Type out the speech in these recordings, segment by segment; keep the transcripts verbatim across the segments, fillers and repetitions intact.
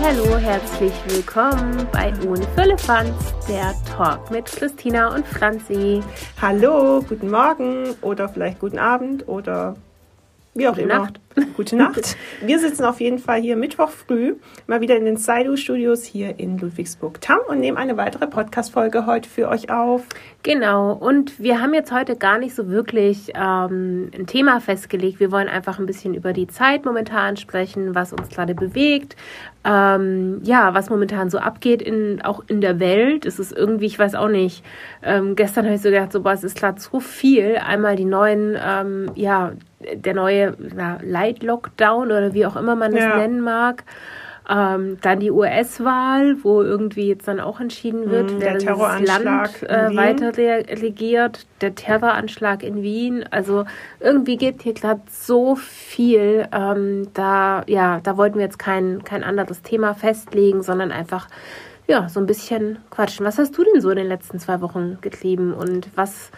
Hallihallo, herzlich willkommen bei Ohne Firlefanz, der Talk mit Christina und Franzi. Hallo, guten Morgen oder vielleicht guten Abend oder wie auch Gute immer. Nacht. Gute Nacht. Wir sitzen auf jeden Fall hier Mittwoch früh mal wieder in den Saidu-Studios hier in Ludwigsburg-Tamm und nehmen eine weitere Podcast-Folge heute für euch auf. Genau, und wir haben jetzt heute gar nicht so wirklich ähm, ein Thema festgelegt. Wir wollen einfach ein bisschen über die Zeit momentan sprechen, was uns gerade bewegt, ähm, ja, was momentan so abgeht, in, auch in der Welt. Es ist irgendwie, ich weiß auch nicht, ähm, gestern habe ich so gedacht, so, boah, es ist gerade so viel. Einmal die neuen, ähm, ja, der neue ja, Light-Lockdown oder wie auch immer man das ja. nennen mag. Ähm, dann die U S-Wahl, wo irgendwie jetzt dann auch entschieden wird, mm, wer das Land äh, weiter regiert. Der Terroranschlag in Wien. Also irgendwie geht hier gerade so viel. Ähm, da, ja, da wollten wir jetzt kein, kein anderes Thema festlegen, sondern einfach ja, so ein bisschen quatschen. Was hast du denn so in den letzten zwei Wochen getrieben und was,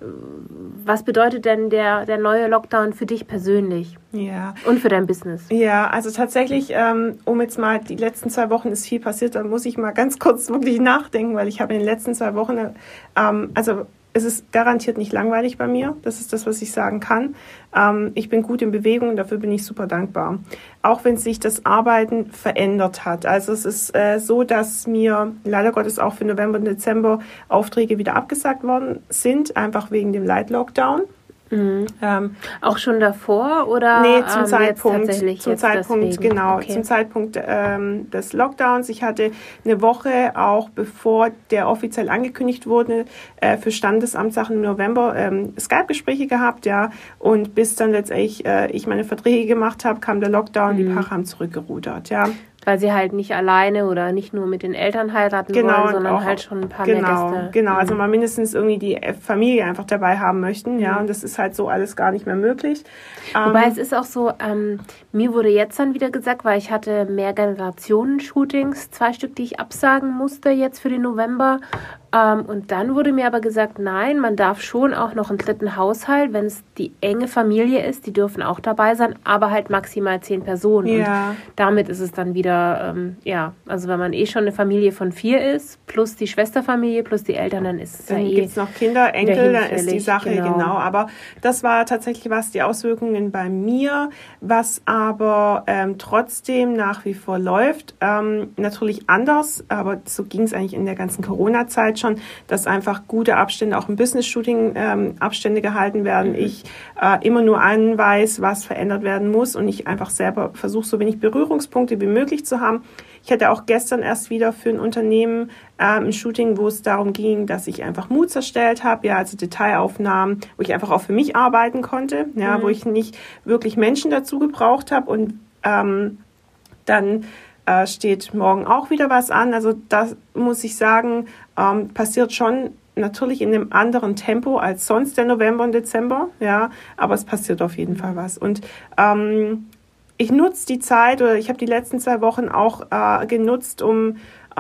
was bedeutet denn der, der neue Lockdown für dich persönlich? Ja. Und für dein Business? Ja, also tatsächlich, ähm, um jetzt mal, die letzten zwei Wochen ist viel passiert, da muss ich mal ganz kurz wirklich nachdenken, weil ich habe in den letzten zwei Wochen, ähm, also es ist garantiert nicht langweilig bei mir. Das ist das, was ich sagen kann. Ähm, ich bin gut in Bewegung und dafür bin ich super dankbar. Auch wenn sich das Arbeiten verändert hat. Also es ist äh, so, dass mir leider Gottes auch für November und Dezember Aufträge wieder abgesagt worden sind, einfach wegen dem Light Lockdown. Mhm. Ähm, auch schon davor oder? Nee, zum ähm, Zeitpunkt, jetzt zum jetzt Zeitpunkt, deswegen. genau, Okay. zum Zeitpunkt ähm, des Lockdowns. Ich hatte eine Woche, auch bevor der offiziell angekündigt wurde, äh, für Standesamtssachen im November ähm, Skype-Gespräche gehabt, ja, und bis dann letztendlich äh, ich meine Verträge gemacht habe, kam der Lockdown, mhm. die Paare haben zurückgerudert, ja. Weil sie halt nicht alleine oder nicht nur mit den Eltern heiraten genau, wollen, sondern auch, halt schon ein paar genau, mehr Gäste. Genau, also mal mindestens irgendwie die Familie einfach dabei haben möchten, ja, mhm. und das ist halt so alles gar nicht mehr möglich. Wobei ähm, es ist auch so, ähm, mir wurde jetzt dann wieder gesagt, weil ich hatte mehr Generationen-Shootings, zwei Stück, die ich absagen musste jetzt für den November. Ähm, und dann wurde mir aber gesagt, nein, man darf schon auch noch einen dritten Haushalt, wenn es die enge Familie ist, die dürfen auch dabei sein, aber halt maximal zehn Personen. Ja. Und damit ist es dann wieder, ähm, ja, also wenn man eh schon eine Familie von vier ist, plus die Schwesterfamilie, plus die Eltern, dann ist es dann ja eh gibt es noch Kinder, Enkel, dann ist die Sache, genau. genau. Aber das war tatsächlich was, die Auswirkungen bei mir, was aber ähm, trotzdem nach wie vor läuft. Ähm, natürlich anders, aber so ging es eigentlich in der ganzen Corona-Zeit schon, dass einfach gute Abstände, auch im Business-Shooting ähm, Abstände gehalten werden. Mhm. Ich äh, immer nur anweise, was verändert werden muss und ich einfach selber versuche, so wenig Berührungspunkte wie möglich zu haben. Ich hatte auch gestern erst wieder für ein Unternehmen ähm, ein Shooting, wo es darum ging, dass ich einfach Moods erstellt habe, ja, also Detailaufnahmen, wo ich einfach auch für mich arbeiten konnte, ja, mhm. wo ich nicht wirklich Menschen dazu gebraucht habe und ähm, dann äh, steht morgen auch wieder was an. Also das muss ich sagen, ähm, passiert schon natürlich in einem anderen Tempo als sonst der November und Dezember, ja, aber es passiert auf jeden Fall was. Und ähm, ich nutze die Zeit, oder ich habe die letzten zwei Wochen auch äh, genutzt, um,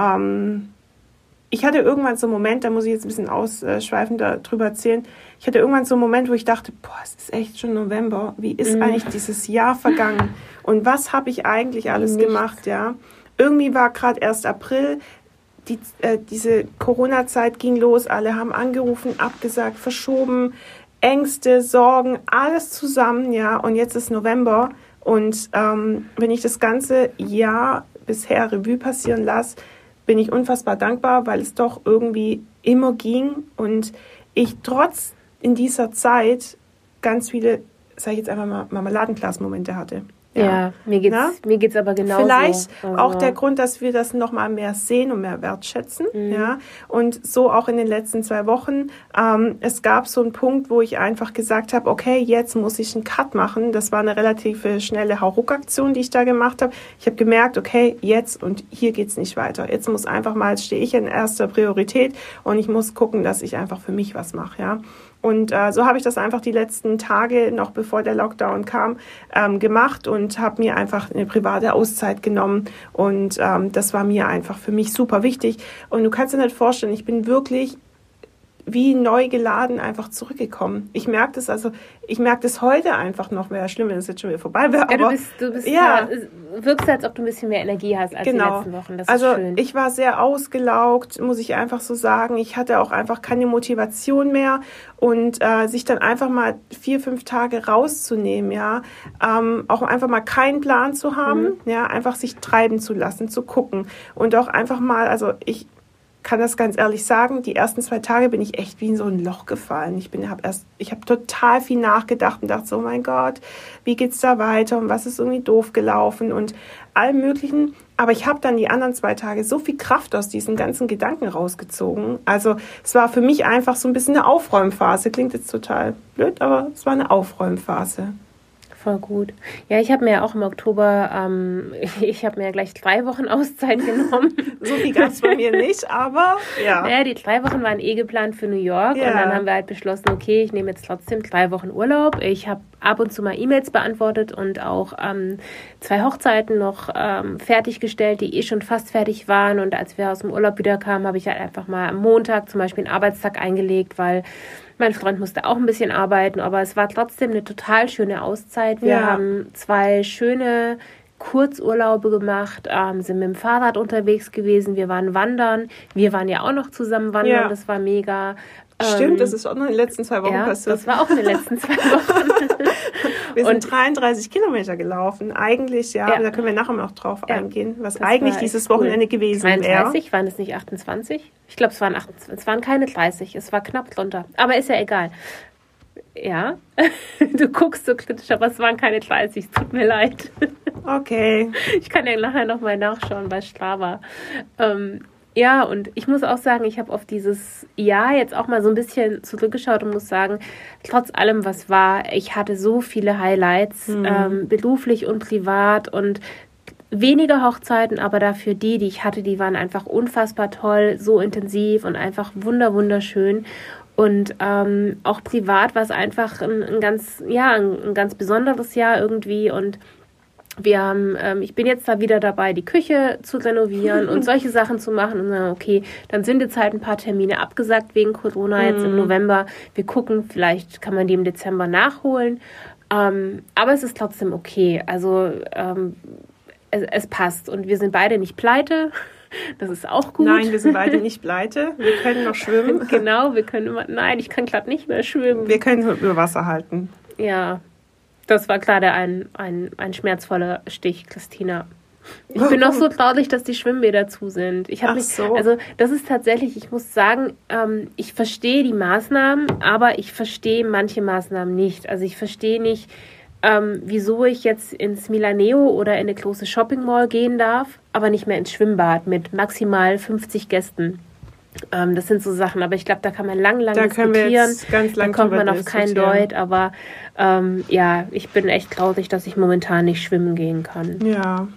ähm, ich hatte irgendwann so einen Moment, da muss ich jetzt ein bisschen ausschweifender drüber erzählen, ich hatte irgendwann so einen Moment, wo ich dachte, boah, es ist echt schon November, wie ist mhm. eigentlich dieses Jahr vergangen und was habe ich eigentlich alles Nichts. gemacht, ja. Irgendwie war gerade erst April, die, äh, diese Corona-Zeit ging los, alle haben angerufen, abgesagt, verschoben, Ängste, Sorgen, alles zusammen, ja, und jetzt ist November. Und ähm, wenn ich das ganze Jahr bisher Revue passieren lasse, bin ich unfassbar dankbar, weil es doch irgendwie immer ging und ich trotz in dieser Zeit ganz viele, sage ich jetzt einfach mal, Marmeladenglas-Momente hatte. Ja, ja, mir geht's, mir geht's aber genauso. Vielleicht also. auch der Grund, dass wir das noch mal mehr sehen und mehr wertschätzen. Mhm. Ja, und so auch in den letzten zwei Wochen. Ähm, es gab so einen Punkt, wo ich einfach gesagt habe, okay, jetzt muss ich einen Cut machen. Das war eine relativ schnelle Hauruck-Aktion, die ich da gemacht habe. Ich habe gemerkt, okay, jetzt und hier geht's nicht weiter. Jetzt muss einfach mal, jetzt stehe ich in erster Priorität und ich muss gucken, dass ich einfach für mich was mache. Ja. Und äh, so habe ich das einfach die letzten Tage, noch bevor der Lockdown kam, ähm, gemacht und habe mir einfach eine private Auszeit genommen. Und ähm, das war mir einfach für mich super wichtig. Und du kannst dir nicht vorstellen, ich bin wirklich wie neu geladen einfach zurückgekommen. Ich merke das also, ich merke das heute einfach noch. Wäre schlimm, wenn es jetzt schon wieder vorbei wäre. Ja, du bist, du bist ja, wirkst, als ob du ein bisschen mehr Energie hast als genau. die letzten Wochen. Das also ist schön. Ich war sehr ausgelaugt, muss ich einfach so sagen. Ich hatte auch einfach keine Motivation mehr und äh, sich dann einfach mal vier, fünf Tage rauszunehmen, ja, ähm, auch einfach mal keinen Plan zu haben, mhm. ja, einfach sich treiben zu lassen, zu gucken und auch einfach mal, also ich kann das ganz ehrlich sagen, die ersten zwei Tage bin ich echt wie in so ein Loch gefallen. Ich bin, habe erst, ich habe total viel nachgedacht und dachte so, oh mein Gott, wie geht's da weiter und was ist irgendwie doof gelaufen und allem Möglichen. Aber ich habe dann die anderen zwei Tage so viel Kraft aus diesen ganzen Gedanken rausgezogen. Also es war für mich einfach so ein bisschen eine Aufräumphase. Klingt jetzt total blöd, aber es war eine Aufräumphase. Voll gut. Ja, ich habe mir ja auch im Oktober, ähm, ich habe mir ja gleich drei Wochen Auszeit genommen. So viel gab es bei mir nicht, aber ja. Naja, die drei Wochen waren eh geplant für New York ja. und dann haben wir halt beschlossen, okay, ich nehme jetzt trotzdem drei Wochen Urlaub. Ich habe ab und zu mal E-Mails beantwortet und auch ähm, zwei Hochzeiten noch ähm, fertiggestellt, die eh schon fast fertig waren. Und als wir aus dem Urlaub wieder kamen, habe ich halt einfach mal am Montag zum Beispiel einen Arbeitstag eingelegt, weil mein Freund musste auch ein bisschen arbeiten, aber es war trotzdem eine total schöne Auszeit. Wir ja. haben zwei schöne Kurzurlaube gemacht, ähm, sind mit dem Fahrrad unterwegs gewesen, wir waren wandern, wir waren ja auch noch zusammen wandern, ja. das war mega. Stimmt, ähm, das ist auch noch in den letzten zwei Wochen ja, passiert. Das war auch in den letzten zwei Wochen. Wir sind und, dreiunddreißig Kilometer gelaufen. Eigentlich, ja, ja. da können wir nachher noch drauf ja. eingehen, was das eigentlich dieses cool. Wochenende gewesen wäre. dreiunddreißig, waren es nicht achtundzwanzig? Ich glaube, es waren achtundzwanzig. Es waren keine dreißig, es war knapp drunter. Aber ist ja egal. Ja, du guckst so kritisch, aber es waren keine dreißig, es tut mir leid. Okay. Ich kann ja nachher nochmal nachschauen bei Strava. Ähm, Ja, und ich muss auch sagen, ich habe auf dieses Jahr jetzt auch mal so ein bisschen zurückgeschaut und muss sagen, trotz allem, was war, ich hatte so viele Highlights, mhm. ähm, beruflich und privat und weniger Hochzeiten, aber dafür die, die ich hatte, die waren einfach unfassbar toll, so intensiv und einfach wunder wunderschön. Und ähm, auch privat war es einfach ein, ein ganz, ja, ein, ein ganz besonderes Jahr irgendwie und wir haben, ähm, ich bin jetzt da wieder dabei, die Küche zu renovieren und solche Sachen zu machen und sagen, okay, dann sind jetzt halt ein paar Termine abgesagt wegen Corona jetzt im November. Wir gucken, vielleicht kann man die im Dezember nachholen. Ähm, aber es ist trotzdem okay. Also ähm, es, es passt und wir sind beide nicht pleite. Das ist auch gut. Nein, wir sind beide nicht pleite. Wir können noch schwimmen. Genau, wir können immer, nein, ich kann gerade nicht mehr schwimmen. Wir können über Wasser halten. Ja. Das war gerade ein, ein, ein schmerzvoller Stich, Christina. Ich bin noch so traurig, dass die Schwimmbäder zu sind. Ich habe mich, so. also das ist tatsächlich, ich muss sagen, ähm, ich verstehe die Maßnahmen, aber ich verstehe manche Maßnahmen nicht. Also ich verstehe nicht, ähm, wieso ich jetzt ins Milaneo oder in eine große Shopping Mall gehen darf, aber nicht mehr ins Schwimmbad mit maximal fünfzig Gästen. Ähm, das sind so Sachen, aber ich glaube, da kann man lang, lang da diskutieren. Wir jetzt ganz lang da kommt man auf kein Deut, aber ähm, ja, ich bin echt traurig, dass ich momentan nicht schwimmen gehen kann. Ja.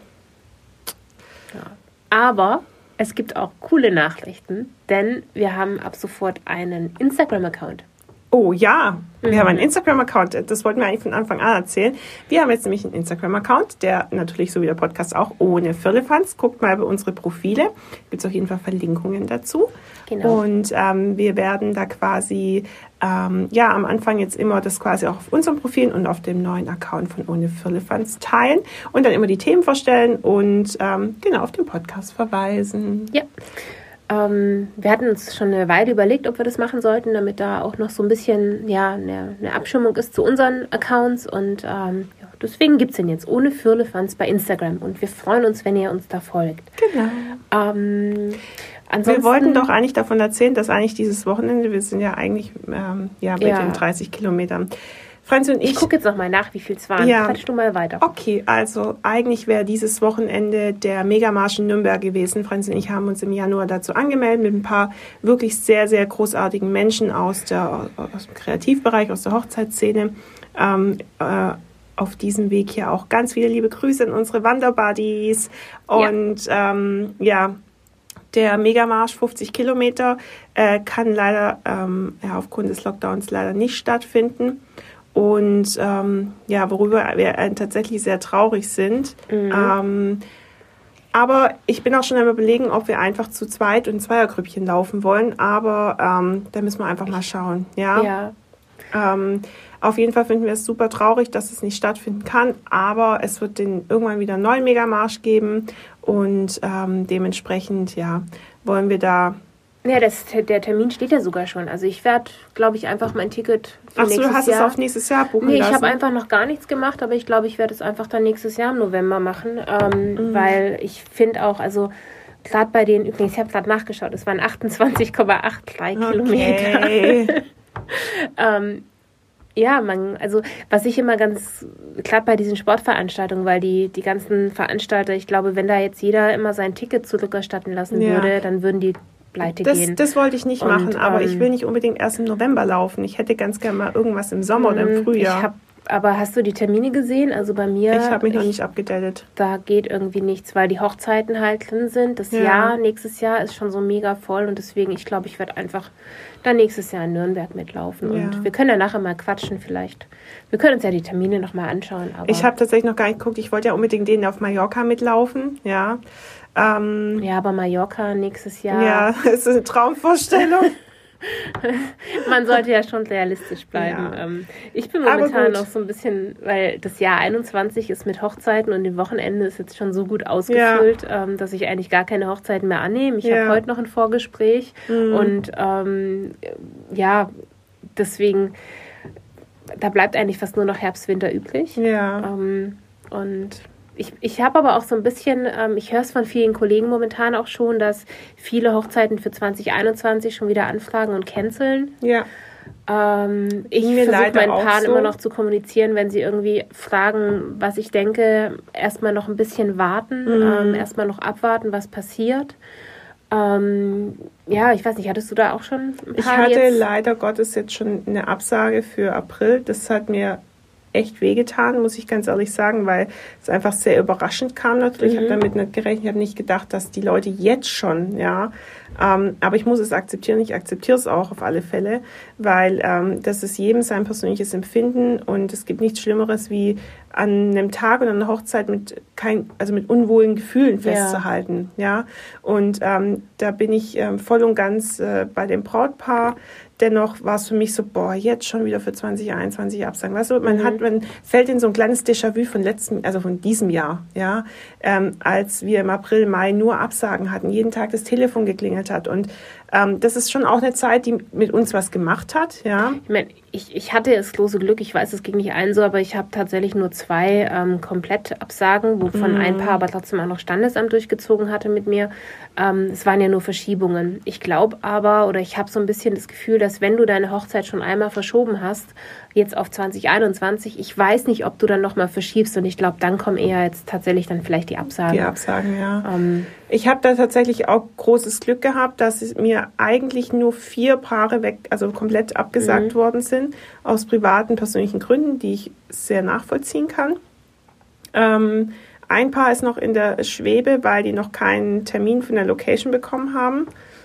ja. Aber es gibt auch coole Nachrichten, denn wir haben ab sofort einen Instagram-Account. Oh ja, wir mhm. haben einen Instagram-Account, das wollten wir eigentlich von Anfang an erzählen. Wir haben jetzt nämlich einen Instagram-Account, der natürlich so wie der Podcast auch ohne Firlefanz. Guckt mal bei unsere Profile, gibt es auf jeden Fall Verlinkungen dazu. Genau. Und ähm, wir werden da quasi, ähm, ja, am Anfang jetzt immer das quasi auch auf unserem Profil und auf dem neuen Account von ohne Firlefanz teilen und dann immer die Themen vorstellen und ähm, genau auf den Podcast verweisen. Ja. Ähm, wir hatten uns schon eine Weile überlegt, ob wir das machen sollten, damit da auch noch so ein bisschen ja, eine, eine Abstimmung ist zu unseren Accounts. Und ähm, ja, deswegen gibt es den jetzt ohne Firlefanz bei Instagram. Und wir freuen uns, wenn ihr uns da folgt. Genau. Ähm, ansonsten, wir wollten doch eigentlich davon erzählen, dass eigentlich dieses Wochenende, wir sind ja eigentlich ähm, ja, mit ja. den dreißig Kilometern. Franzi und ich... Ich gucke jetzt nochmal nach, wie viel es waren. Ja. Quatsch du mal weiter. Okay, also eigentlich wäre dieses Wochenende der Megamarsch in Nürnberg gewesen. Franzi und ich haben uns im Januar dazu angemeldet mit ein paar wirklich sehr, sehr großartigen Menschen aus, der, aus dem Kreativbereich, aus der Hochzeitsszene. Ähm, äh, auf diesem Weg hier auch ganz viele liebe Grüße an unsere Wanderbuddies. Und ja, ähm, ja der Megamarsch fünfzig Kilometer äh, kann leider ähm, ja, aufgrund des Lockdowns leider nicht stattfinden. Und ähm, ja, worüber wir äh, tatsächlich sehr traurig sind. Mhm. Ähm, aber ich bin auch schon am Überlegen, ob wir einfach zu zweit und Zweiergrüppchen laufen wollen. Aber ähm, da müssen wir einfach mal schauen. Ja. ja. Ähm, auf jeden Fall finden wir es super traurig, dass es nicht stattfinden kann. Aber es wird den irgendwann wieder einen neuen Megamarsch geben. Und ähm, dementsprechend, ja, wollen wir da... Ja, das, der Termin steht ja sogar schon. Also ich werde, glaube ich, einfach mein Ticket für Ach so, nächstes du hast Jahr... es auf nächstes Jahr buchen Nee, lassen? ich habe einfach noch gar nichts gemacht, aber ich glaube, ich werde es einfach dann nächstes Jahr im November machen, ähm, mhm. weil ich finde auch, also gerade bei den, übrigens, ich habe gerade nachgeschaut, es waren achtundzwanzig Komma drei acht Kilometer. Okay. ähm, ja, man, also was ich immer ganz, gerade bei diesen Sportveranstaltungen, weil die, die ganzen Veranstalter, ich glaube, wenn da jetzt jeder immer sein Ticket zurückerstatten lassen ja. würde, dann würden die pleite das, gehen. Das wollte ich nicht und, machen, aber ähm, ich will nicht unbedingt erst im November laufen. Ich hätte ganz gerne mal irgendwas im Sommer oder im Frühjahr. Ich hab, aber hast du die Termine gesehen? Also bei mir... Ich habe mich ich, noch nicht abgedatet. Da geht irgendwie nichts, weil die Hochzeiten halt drin sind. Das ja. Jahr, nächstes Jahr ist schon so mega voll und deswegen, ich glaube, ich werde einfach dann nächstes Jahr in Nürnberg mitlaufen. Ja. Und wir können ja nachher mal quatschen vielleicht. Wir können uns ja die Termine nochmal anschauen. Aber ich habe tatsächlich noch gar nicht geguckt. Ich wollte ja unbedingt den auf Mallorca mitlaufen, ja. Ähm, ja, aber Mallorca nächstes Jahr. Ja, das ist eine Traumvorstellung. Man sollte ja schon realistisch bleiben. Ja. Ich bin momentan noch so ein bisschen, weil das Jahr einundzwanzig ist mit Hochzeiten und dem Wochenende ist jetzt schon so gut ausgefüllt, ja. dass ich eigentlich gar keine Hochzeiten mehr annehme. Ich ja. habe heute noch ein Vorgespräch mhm. und ähm, ja, deswegen, da bleibt eigentlich fast nur noch Herbst, Winter übrig. Ja. Ähm, und Ich, ich habe aber auch so ein bisschen, ähm, ich höre es von vielen Kollegen momentan auch schon, dass viele Hochzeiten für zwanzig einundzwanzig schon wieder anfragen und canceln. Ja. Ähm, ich versuche meinen Paaren so. immer noch zu kommunizieren, wenn sie irgendwie fragen, was ich denke, erstmal noch ein bisschen warten, mhm. ähm, erstmal noch abwarten, was passiert. Ähm, ja, ich weiß nicht, hattest du da auch schon ein paar Ich hatte jetzt? leider Gottes jetzt schon eine Absage für April. Das hat mir echt wehgetan, muss ich ganz ehrlich sagen, weil es einfach sehr überraschend kam natürlich. Mhm. Ich habe damit nicht gerechnet, ich habe nicht gedacht, dass die Leute jetzt schon, ja, ähm, aber ich muss es akzeptieren, ich akzeptiere es auch auf alle Fälle, weil ähm, das ist jedem sein persönliches Empfinden und es gibt nichts Schlimmeres, wie an einem Tag oder einer Hochzeit mit kein, also mit unwohlen Gefühlen festzuhalten, ja, ja? Und ähm, da bin ich ähm, voll und ganz äh, bei dem Brautpaar. Dennoch war es für mich so, boah, jetzt schon wieder für zwanzig einundzwanzig absagen. Weißt du, man mhm. hat, man fällt in so ein kleines Déjà-vu von letztem, also von diesem Jahr, ja, ähm, als wir im April, Mai nur Absagen hatten, jeden Tag das Telefon geklingelt hat. Und ähm, das ist schon auch eine Zeit, die mit uns was gemacht hat, ja. Ich meine, ich, ich hatte das große Glück, ich weiß, es ging nicht allen so, aber ich habe tatsächlich nur zwei ähm, komplett Absagen, wovon mhm. ein Paar aber trotzdem auch noch Standesamt durchgezogen hatte mit mir. Ähm, es waren ja nur Verschiebungen. Ich glaube aber, oder ich habe so ein bisschen das Gefühl, dass wenn du deine Hochzeit schon einmal verschoben hast, jetzt auf zwanzig einundzwanzig, ich weiß nicht, ob du dann nochmal verschiebst und ich glaube, dann kommen eher jetzt tatsächlich dann vielleicht die Absagen. Die Absagen, ja. Ähm, ich habe da tatsächlich auch großes Glück gehabt, dass es mir eigentlich nur vier Paare weg, also komplett abgesagt mhm. worden sind, aus privaten, persönlichen Gründen, die ich sehr nachvollziehen kann. Ähm, ein Paar ist noch in der Schwebe, weil die noch keinen Termin von der Location bekommen haben.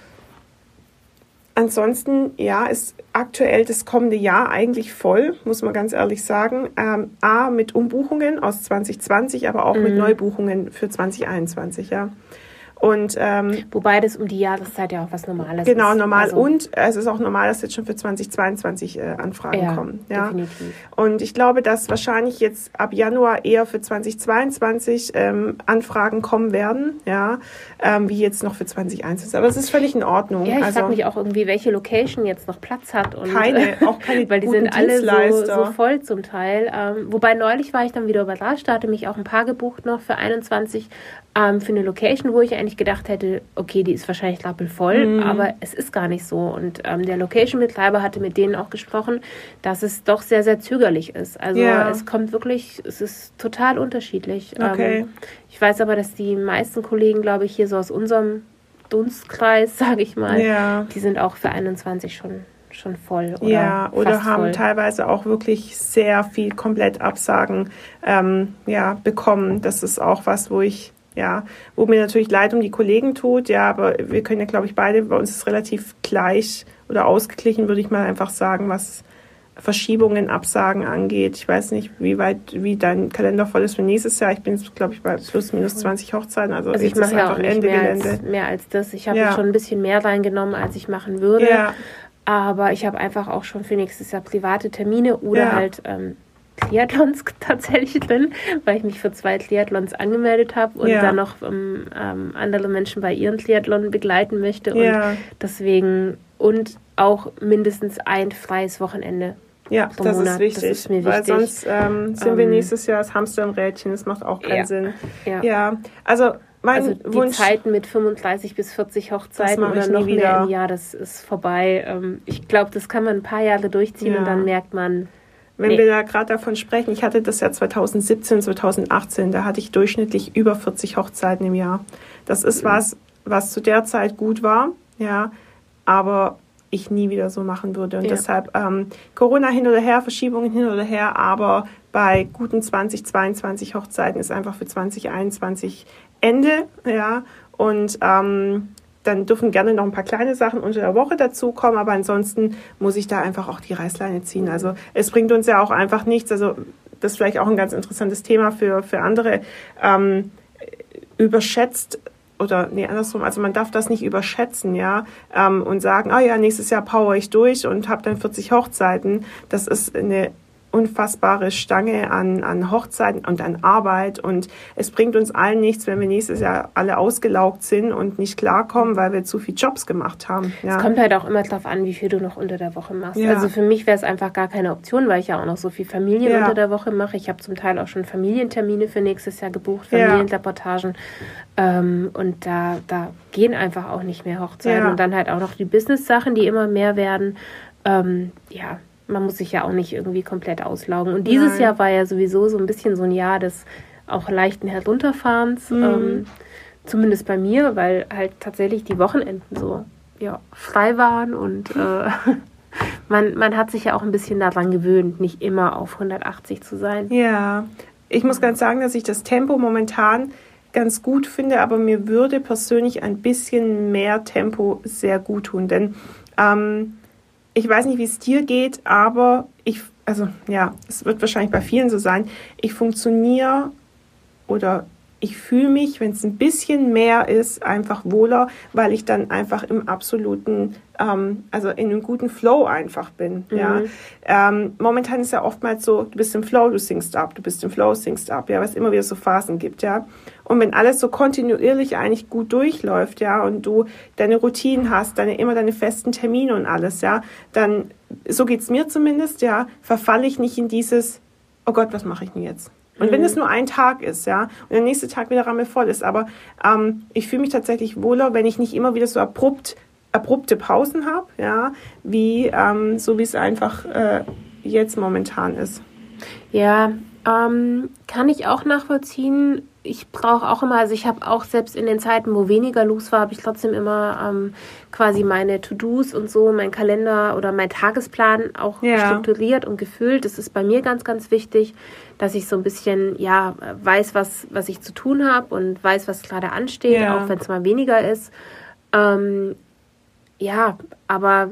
Ansonsten, ja, ist aktuell das kommende Jahr eigentlich voll, muss man ganz ehrlich sagen. Ähm, A, mit Umbuchungen aus zwanzig zwanzig, aber auch mhm. mit Neubuchungen für zwanzig einundzwanzig, ja. Und, ähm, Wobei das um die Jahreszeit ja auch was Normales genau, ist. Genau, normal. Also, und es ist auch normal, dass jetzt schon für zwanzig zweiundzwanzig äh, Anfragen ja, kommen. Ja, definitiv. Und ich glaube, dass wahrscheinlich jetzt ab Januar eher für zwanzig zweiundzwanzig ähm, Anfragen kommen werden, ja, ähm, wie jetzt noch für zwanzig einundzwanzig. Aber es ist völlig in Ordnung. Ja, ich also, frage mich auch irgendwie, welche Location jetzt noch Platz hat. Und, keine, auch keine weil die guten sind alle so, Dienstleister. so voll zum Teil. Ähm, wobei neulich war ich dann wieder überrascht, da hatte mich auch ein Paar gebucht noch für einundzwanzig ähm, für eine Location, wo ich eigentlich gedacht hätte, okay, die ist wahrscheinlich rappelvoll, mhm. aber es ist gar nicht so. Und ähm, der Location-Betreiber hatte mit denen auch gesprochen, dass es doch sehr, sehr zögerlich ist. Also ja. es kommt wirklich, es ist total unterschiedlich. Okay. Ähm, ich weiß aber, dass die meisten Kollegen, glaube ich, hier so aus unserem Dunstkreis, sage ich mal, ja. die sind auch für einundzwanzig schon, schon voll. Oder ja, oder fast haben voll. teilweise auch wirklich sehr viel komplett Absagen ähm, ja, bekommen. Das ist auch was, wo ich Ja, wo mir natürlich leid um die Kollegen tut, ja, aber wir können ja, glaube ich, beide, bei uns ist relativ gleich oder ausgeglichen, würde ich mal einfach sagen, was Verschiebungen, Absagen angeht. Ich weiß nicht, wie weit, wie dein Kalender voll ist für nächstes Jahr. Ich bin, glaube ich, bei plus minus zwanzig Hochzeiten. Also, also ich mache ja auch nicht mehr als, mehr als das. Ich habe ja. schon ein bisschen mehr reingenommen, als ich machen würde. Ja. Aber ich habe einfach auch schon für nächstes Jahr private Termine oder ja. halt ähm, Triathlons tatsächlich drin, weil ich mich für zwei Triathlons angemeldet habe und ja. dann noch ähm, ähm, andere Menschen bei ihren Triathlon begleiten möchte. Und ja. deswegen und auch mindestens ein freies Wochenende. Ja, das Monat. ist wichtig, das ist mir weil wichtig. sonst ähm, sind ähm, wir nächstes Jahr das Hamster im Rädchen, das macht auch keinen ja. Sinn. Ja, ja. also mein also die Wunsch, Zeiten mit fünfunddreißig bis vierzig Hochzeiten oder noch mehr im Jahr, das ist vorbei. Ähm, ich glaube, das kann man ein paar Jahre durchziehen ja. und dann merkt man, wenn nee. wir da gerade davon sprechen, ich hatte das ja zwanzig siebzehn, zwanzig achtzehn, da hatte ich durchschnittlich über vierzig Hochzeiten im Jahr. Das ist mhm. was, was zu der Zeit gut war, ja, aber ich nie wieder so machen würde. Und ja. deshalb ähm, Corona hin oder her, Verschiebungen hin oder her, aber bei guten zwanzig zweiundzwanzig Hochzeiten ist einfach für zwanzig einundzwanzig Ende, ja, und ähm, dann dürfen gerne noch ein paar kleine Sachen unter der Woche dazukommen, aber ansonsten muss ich da einfach auch die Reißleine ziehen. Also es bringt uns ja auch einfach nichts, also das ist vielleicht auch ein ganz interessantes Thema für, für andere, ähm, überschätzt oder nee, andersrum, also man darf das nicht überschätzen, ja, ähm, und sagen, ah ja, nächstes Jahr power ich durch und habe dann vierzig Hochzeiten. Das ist eine unfassbare Stange an, an Hochzeiten und an Arbeit und es bringt uns allen nichts, wenn wir nächstes Jahr alle ausgelaugt sind und nicht klarkommen, weil wir zu viel Jobs gemacht haben. Ja. Es kommt halt auch immer darauf an, wie viel du noch unter der Woche machst. Ja. Also für mich wäre es einfach gar keine Option, weil ich ja auch noch so viel Familien ja. unter der Woche mache. Ich habe zum Teil auch schon Familientermine für nächstes Jahr gebucht, Familienreportagen ja. ähm, und da, da gehen einfach auch nicht mehr Hochzeiten ja. und dann halt auch noch die Business-Sachen, die immer mehr werden. Ähm, ja, man muss sich ja auch nicht irgendwie komplett auslaugen. Und dieses Nein. Jahr war ja sowieso so ein bisschen so ein Jahr des auch leichten Herunterfahrens, mhm. ähm, zumindest bei mir, weil halt tatsächlich die Wochenenden so ja, frei waren und äh, man, man hat sich ja auch ein bisschen daran gewöhnt, nicht immer auf hundertachtzig zu sein. Ja, ich muss ganz sagen, dass ich das Tempo momentan ganz gut finde, aber mir würde persönlich ein bisschen mehr Tempo sehr gut tun, denn ähm, ich weiß nicht, wie es dir geht, aber ich, also ja, es wird wahrscheinlich bei vielen so sein, ich funktioniere oder ich fühle mich, wenn es ein bisschen mehr ist, einfach wohler, weil ich dann einfach im absoluten, ähm, also in einem guten Flow einfach bin. Mhm. Ja. Ähm, momentan ist ja oftmals so, du bist im Flow, du singst ab, du bist im Flow, singst ab, ja, weil es immer wieder so Phasen gibt, ja. Und wenn alles so kontinuierlich eigentlich gut durchläuft, ja, und du deine Routinen hast, deine, immer deine festen Termine und alles, ja, dann, so geht's mir zumindest, ja, verfalle ich nicht in dieses, oh Gott, was mache ich denn jetzt? Und mhm. wenn es nur ein Tag ist, ja, und der nächste Tag wieder rammelvoll ist, aber ähm, ich fühle mich tatsächlich wohler, wenn ich nicht immer wieder so abrupt, abrupte Pausen habe, ja, wie ähm, so wie es einfach äh, jetzt momentan ist. Ja, ähm, kann ich auch nachvollziehen. Ich brauche auch immer, also ich habe auch selbst in den Zeiten, wo weniger los war, habe ich trotzdem immer ähm, quasi meine To-Dos und so, mein Kalender oder mein Tagesplan auch ja. strukturiert und gefüllt. Das ist bei mir ganz, ganz wichtig, dass ich so ein bisschen, ja, weiß, was, was ich zu tun habe und weiß, was gerade ansteht, ja. auch wenn es mal weniger ist. Ähm, ja, aber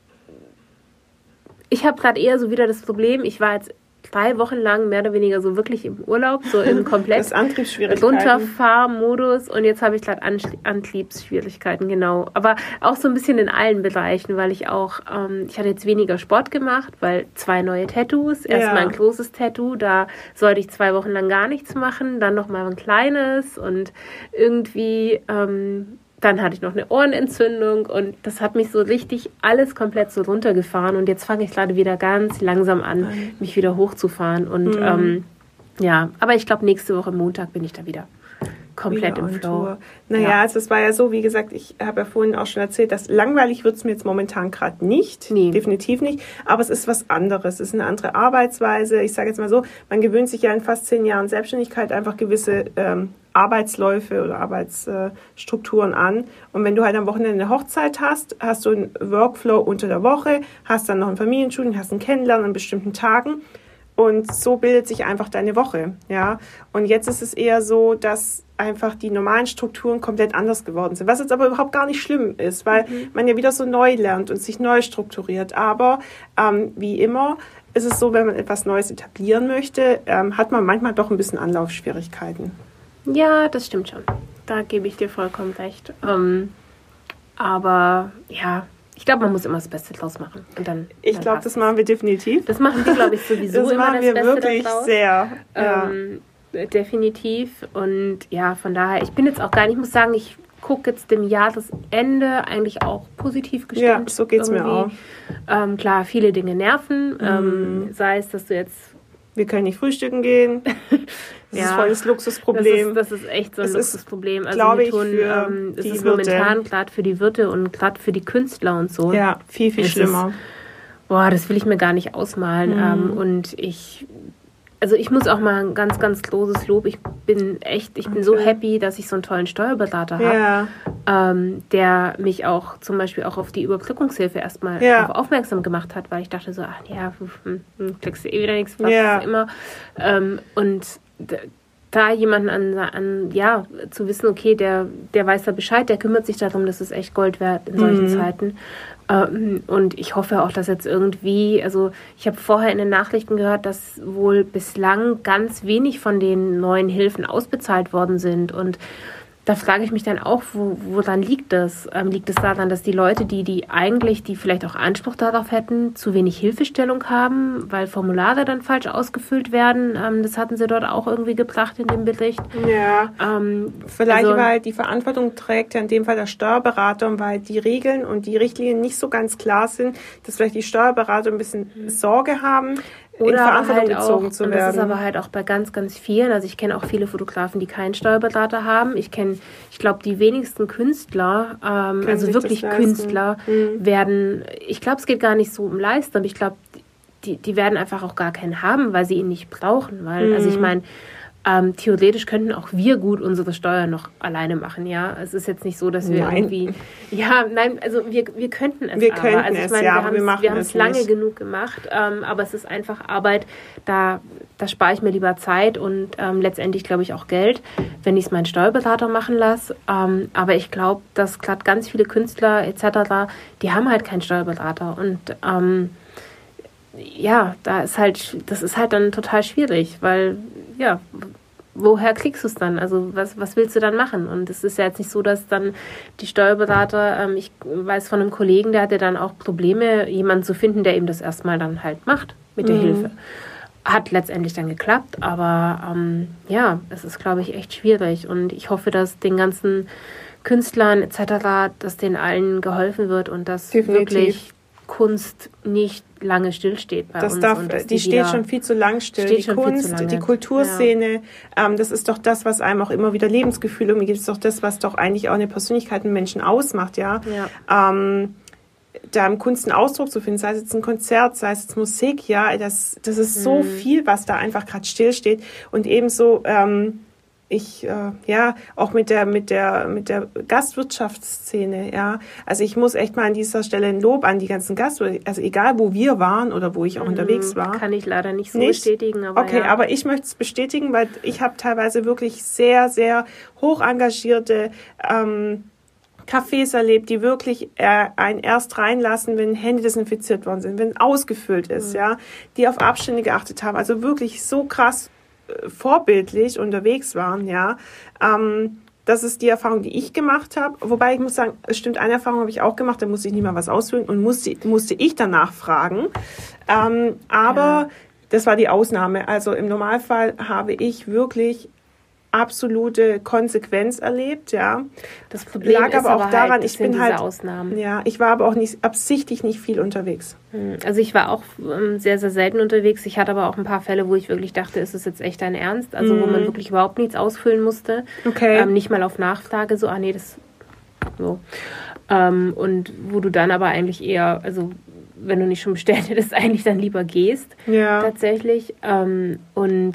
ich habe gerade eher so wieder das Problem, ich war jetzt drei Wochen lang mehr oder weniger so wirklich im Urlaub, so im komplett Runterfahrmodus und jetzt habe ich gerade Antriebsschwierigkeiten, genau. Aber auch so ein bisschen in allen Bereichen, weil ich auch, ähm, ich hatte jetzt weniger Sport gemacht, weil zwei neue Tattoos, erstmal ja. ein großes Tattoo, da sollte ich zwei Wochen lang gar nichts machen, dann nochmal ein kleines und irgendwie, ähm, dann hatte ich noch eine Ohrenentzündung und das hat mich so richtig alles komplett so runtergefahren und jetzt fange ich gerade wieder ganz langsam an, mich wieder hochzufahren und mhm. ähm, ja, aber ich glaube nächste Woche Montag bin ich da wieder komplett wieder im Flow. Naja, ja. also es war ja so, wie gesagt, ich habe ja vorhin auch schon erzählt, dass langweilig wird es mir jetzt momentan gerade nicht, nee. definitiv nicht, aber es ist was anderes, es ist eine andere Arbeitsweise, ich sage jetzt mal so, man gewöhnt sich ja in fast zehn Jahren Selbstständigkeit einfach gewisse ähm, Arbeitsläufe oder Arbeitsstrukturen an. Und wenn du halt am Wochenende eine Hochzeit hast, hast du einen Workflow unter der Woche, hast dann noch ein Familienshooting, hast ein Kennenlernen an bestimmten Tagen und so bildet sich einfach deine Woche. Ja. Und jetzt ist es eher so, dass einfach die normalen Strukturen komplett anders geworden sind. Was jetzt aber überhaupt gar nicht schlimm ist, weil mhm. man ja wieder so neu lernt und sich neu strukturiert. Aber ähm, wie immer ist es so, wenn man etwas Neues etablieren möchte, ähm, hat man manchmal doch ein bisschen Anlaufschwierigkeiten. Ja, das stimmt schon. Da gebe ich dir vollkommen recht. Ähm, aber ja, ich glaube, man muss immer das Beste draus machen. Und dann, ich glaube, das machen wir definitiv. Das machen wir, glaube ich, sowieso das immer machen wir das Beste wirklich daraus. sehr. Ja. Ähm, definitiv. Und ja, von daher, ich bin jetzt auch gar nicht, ich muss sagen, ich gucke jetzt dem Jahresende eigentlich auch positiv gestimmt. Ja, so geht es mir auch. Ähm, klar, viele Dinge nerven. Mhm. Ähm, sei es, dass du jetzt... Wir können nicht frühstücken gehen. Das ja, ist voll das Luxusproblem. Das ist, das ist echt so ein das Luxusproblem. Ist, also glaube ich, tun, für ähm, es die ist Wirte. Momentan gerade für die Wirte und gerade für die Künstler und so. Ja, viel, viel es schlimmer. Ist, boah, das will ich mir gar nicht ausmalen. Mhm. Ähm, und ich... Also ich muss auch mal ein ganz, ganz großes Lob. Ich bin echt, ich bin okay. so happy, dass ich so einen tollen Steuerberater habe, ja. ähm, der mich auch zum Beispiel auch auf die Überbrückungshilfe erstmal ja. aufmerksam gemacht hat, weil ich dachte so, ach ja, hm, hm, klickst du eh wieder nichts, was ja. immer. Ähm, und d- da jemanden an, an, ja, zu wissen, okay, der, der weiß da Bescheid, der kümmert sich darum, das ist echt Gold wert in solchen mhm. Zeiten. Ähm, und ich hoffe auch, dass jetzt irgendwie, also ich habe vorher in den Nachrichten gehört, dass wohl bislang ganz wenig von den neuen Hilfen ausbezahlt worden sind. Und da frage ich mich dann auch, wo, woran liegt das? Ähm, liegt es daran, dass die Leute, die, die eigentlich, die vielleicht auch Anspruch darauf hätten, zu wenig Hilfestellung haben, weil Formulare dann falsch ausgefüllt werden? Ähm, das hatten sie dort auch irgendwie gebracht in dem Bericht. Ja, ähm, vielleicht, also, weil die Verantwortung trägt ja in dem Fall der Steuerberater und weil die Regeln und die Richtlinien nicht so ganz klar sind, dass vielleicht die Steuerberater ein bisschen mhm. Sorge haben, Oder in Verantwortung halt gezogen auch, zu und werden. das ist aber halt auch bei ganz, ganz vielen. Also ich kenne auch viele Fotografen, die keinen Steuerberater haben. Ich kenne, ich glaube, die wenigsten Künstler, ähm, also wirklich Künstler, mhm. werden, ich glaube, es geht gar nicht so um Leisten, aber ich glaube, die, die werden einfach auch gar keinen haben, weil sie ihn nicht brauchen. Weil, mhm. also ich meine, Ähm, theoretisch könnten auch wir gut unsere Steuern noch alleine machen, ja. Es ist jetzt nicht so, dass wir nein. irgendwie... Ja, nein, also wir, wir könnten es wir aber. Könnten also ich es, meine, ja, wir aber wir machen wir haben es es lange nicht. genug gemacht, ähm, aber es ist einfach Arbeit, da, da spare ich mir lieber Zeit und ähm, letztendlich, glaube ich, auch Geld, wenn ich es meinen Steuerberater machen lasse. Ähm, aber ich glaube, dass gerade ganz viele Künstler et cetera, die haben halt keinen Steuerberater und... Ähm, ja, da ist halt, das ist halt dann total schwierig, weil, ja, woher kriegst du es dann? Also was, was willst du dann machen? Und es ist ja jetzt nicht so, dass dann die Steuerberater, ähm, ich weiß von einem Kollegen, der hatte dann auch Probleme, jemanden zu finden, der ihm das erstmal dann halt macht mit der mhm. Hilfe. Hat letztendlich dann geklappt, aber ähm, ja, es ist, glaube ich, echt schwierig und ich hoffe, dass den ganzen Künstlern et cetera, dass denen allen geholfen wird und dass Definitiv. wirklich Kunst nicht lange stillsteht bei das uns. Darf, und die, die steht schon viel zu lang still. Die Kunst, die Kulturszene, ja. ähm, das ist doch das, was einem auch immer wieder Lebensgefühl irgendwie gibt. Das ist doch das, was doch eigentlich auch eine Persönlichkeit einen Menschen ausmacht, ja. ja. Ähm, da im Kunst einen Ausdruck zu finden, sei es jetzt ein Konzert, sei es jetzt Musik, ja, das, das ist so mhm. viel, was da einfach gerade stillsteht. Und ebenso, ähm, ich, äh, ja, auch mit der, mit der, mit der Gastwirtschaftsszene, ja. Also ich muss echt mal an dieser Stelle ein Lob an die ganzen Gastwirte, also egal wo wir waren oder wo ich auch mhm, unterwegs war. Kann ich leider nicht so nicht? bestätigen, aber Okay, ja. aber ich möchte es bestätigen, weil ich habe teilweise wirklich sehr, sehr hoch engagierte, ähm, Cafés erlebt, die wirklich äh, einen erst reinlassen, wenn Hände desinfiziert worden sind, wenn ausgefüllt ist, mhm. ja, die auf Abstände geachtet haben, also wirklich so krass äh, vorbildlich unterwegs waren, ja. Ähm, das ist die Erfahrung, die ich gemacht habe. Wobei ich muss sagen, es stimmt, eine Erfahrung habe ich auch gemacht, da musste ich nicht mal was ausfüllen und musste, musste ich danach fragen. Ähm, aber ja. das war die Ausnahme. Also im Normalfall habe ich wirklich absolute Konsequenz erlebt, ja. Das Problem lag ist aber auch aber daran, halt, ich bin halt, Ausnahmen. ja, ich war aber auch nicht absichtlich nicht viel unterwegs. Also ich war auch ähm, sehr, sehr selten unterwegs. Ich hatte aber auch ein paar Fälle, wo ich wirklich dachte, ist es jetzt echt dein Ernst? Also mm. wo man wirklich überhaupt nichts ausfüllen musste. Okay. Ähm, nicht mal auf Nachfrage, so, ah nee, das so. Ähm, und wo du dann aber eigentlich eher, also wenn du nicht schon bestellt hättest, eigentlich dann lieber gehst. Ja. Tatsächlich. Ähm, und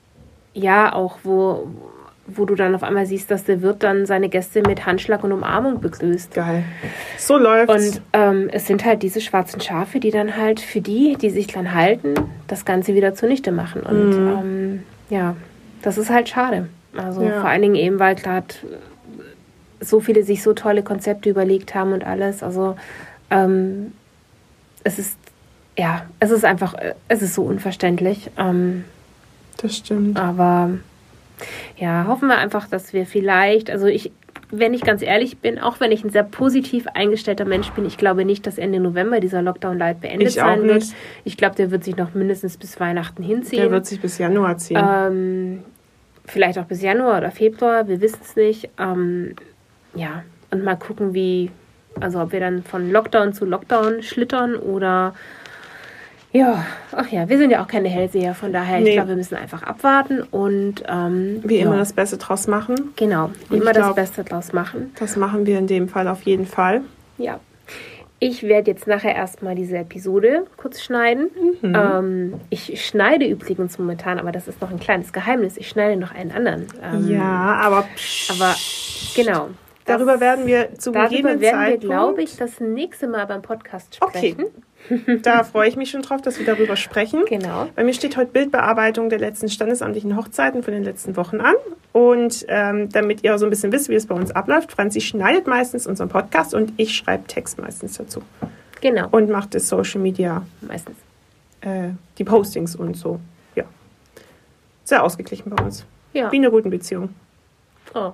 ja, auch wo, wo du dann auf einmal siehst, dass der Wirt dann seine Gäste mit Handschlag und Umarmung begrüßt. Geil. So läuft's. Und ähm, es sind halt diese schwarzen Schafe, die dann halt für die, die sich dran halten, das Ganze wieder zunichte machen. Und mhm. ähm, ja, das ist halt schade. Also Ja. vor allen Dingen eben, weil gerade so viele sich so tolle Konzepte überlegt haben und alles. Also ähm, es ist, ja, es ist einfach, es ist so unverständlich. Ähm, Das stimmt. aber ja, hoffen wir einfach, dass wir vielleicht, also ich, wenn ich ganz ehrlich bin, auch wenn ich ein sehr positiv eingestellter Mensch bin, ich glaube nicht, dass Ende November dieser Lockdown Light beendet Ich sein auch wird. nicht. Ich glaube, der wird sich noch mindestens bis Weihnachten hinziehen. Der wird sich bis Januar ziehen. Ähm, vielleicht auch bis Januar oder Februar, wir wissen es nicht. Ähm, ja, und mal gucken, wie, also ob wir dann von Lockdown zu Lockdown schlittern oder ja, ach ja, wir sind ja auch keine Hellseher, von daher, Nee. ich glaube, wir müssen einfach abwarten und ähm, Wie ja, immer das Beste draus machen. genau, wie Und immer ich das glaub- Beste draus machen. Das machen wir in dem Fall auf jeden Fall. Ja. Ich werde jetzt nachher erstmal diese Episode kurz schneiden. Mhm. Ähm, ich schneide übrigens momentan, aber das ist noch ein kleines Geheimnis, ich schneide noch einen anderen. Ähm, Ja, aber, Aber genau. darüber das- werden wir zu Darüber gegebenen werden wir, Zeitpunkt... glaube ich, das nächste Mal beim Podcast Okay. sprechen. Da freue ich mich schon drauf, dass wir darüber sprechen. Genau. Bei mir steht heute Bildbearbeitung der letzten standesamtlichen Hochzeiten von den letzten Wochen an. Und ähm, damit ihr so ein bisschen wisst, wie es bei uns abläuft, Franzi schneidet meistens unseren Podcast und ich schreibe Text meistens dazu. Genau. Und macht das Social Media, Meistens. äh, die Postings und so. Ja. Sehr ausgeglichen bei uns. Ja. Wie in einer guten Beziehung. Oh.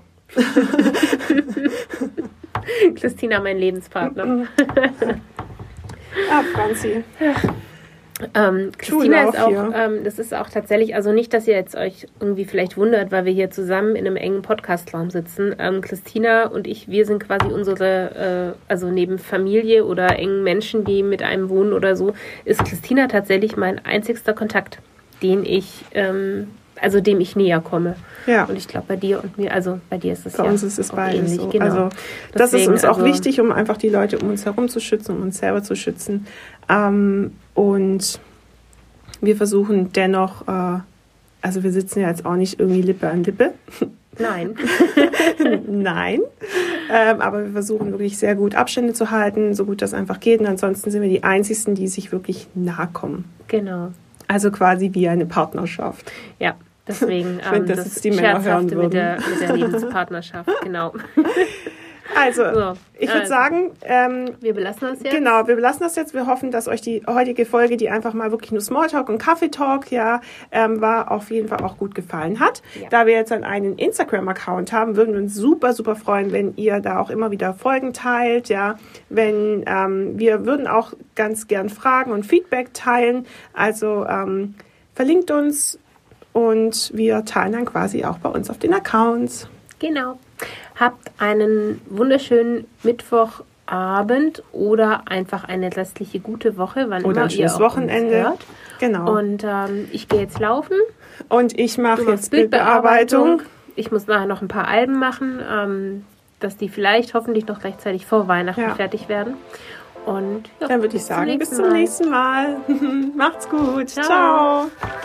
Christina, mein Lebenspartner. Ah, Franzi. Ähm, Christina ist Schullauf auch, hier. ähm, das ist auch tatsächlich, also nicht, dass ihr jetzt euch irgendwie vielleicht wundert, weil wir hier zusammen in einem engen Podcastraum sitzen. Ähm, Christina und ich, wir sind quasi unsere, äh, also neben Familie oder engen Menschen, die mit einem wohnen oder so, ist Christina tatsächlich mein einzigster Kontakt, den ich, ähm, also dem ich näher komme. Ja. Und ich glaube, bei dir und mir, also bei dir ist es Bei ja uns ist es auch beides ähnlich. so. Genau. Also das Deswegen, ist uns auch also- wichtig, um einfach die Leute um uns herum zu schützen, um uns selber zu schützen. Ähm, und wir versuchen dennoch, äh, also wir sitzen ja jetzt auch nicht irgendwie Lippe an Lippe. Nein. Nein. Ähm, aber wir versuchen wirklich sehr gut Abstände zu halten, so gut das einfach geht. Und ansonsten sind wir die Einzigen, die sich wirklich nahe kommen. Genau. Also quasi wie eine Partnerschaft. Ja, deswegen Wenn ähm, das das, jetzt die Männer hören Scherzhafte würden. mit der, mit der Lebenspartnerschaft, genau. Also, So, ich würde also. sagen, ähm, Wir belassen das jetzt. genau, wir belassen das jetzt. Wir hoffen, dass euch die heutige Folge, die einfach mal wirklich nur Smalltalk und Kaffeetalk ja, ähm, war, auf jeden Fall auch gut gefallen hat. Ja. Da wir jetzt dann einen Instagram-Account haben, würden wir uns super, super freuen, wenn ihr da auch immer wieder Folgen teilt. Ja, wenn ähm, wir würden auch ganz gern Fragen und Feedback teilen. Also ähm, verlinkt uns und wir teilen dann quasi auch bei uns auf den Accounts. Genau. Habt einen wunderschönen Mittwochabend oder einfach eine restliche gute Woche, wann Oder immer ein ihr schönes auch Wochenende. uns hört. Genau. Und ähm, ich gehe jetzt laufen. Und ich mache Du machst jetzt Bildbearbeitung. Ich muss nachher noch ein paar Alben machen, ähm, dass die vielleicht hoffentlich noch rechtzeitig vor Weihnachten Ja. fertig werden. Und ja, Dann würde ich bis zum sagen, bis zum Mal. nächsten Mal. Macht's gut. Ciao. Ciao.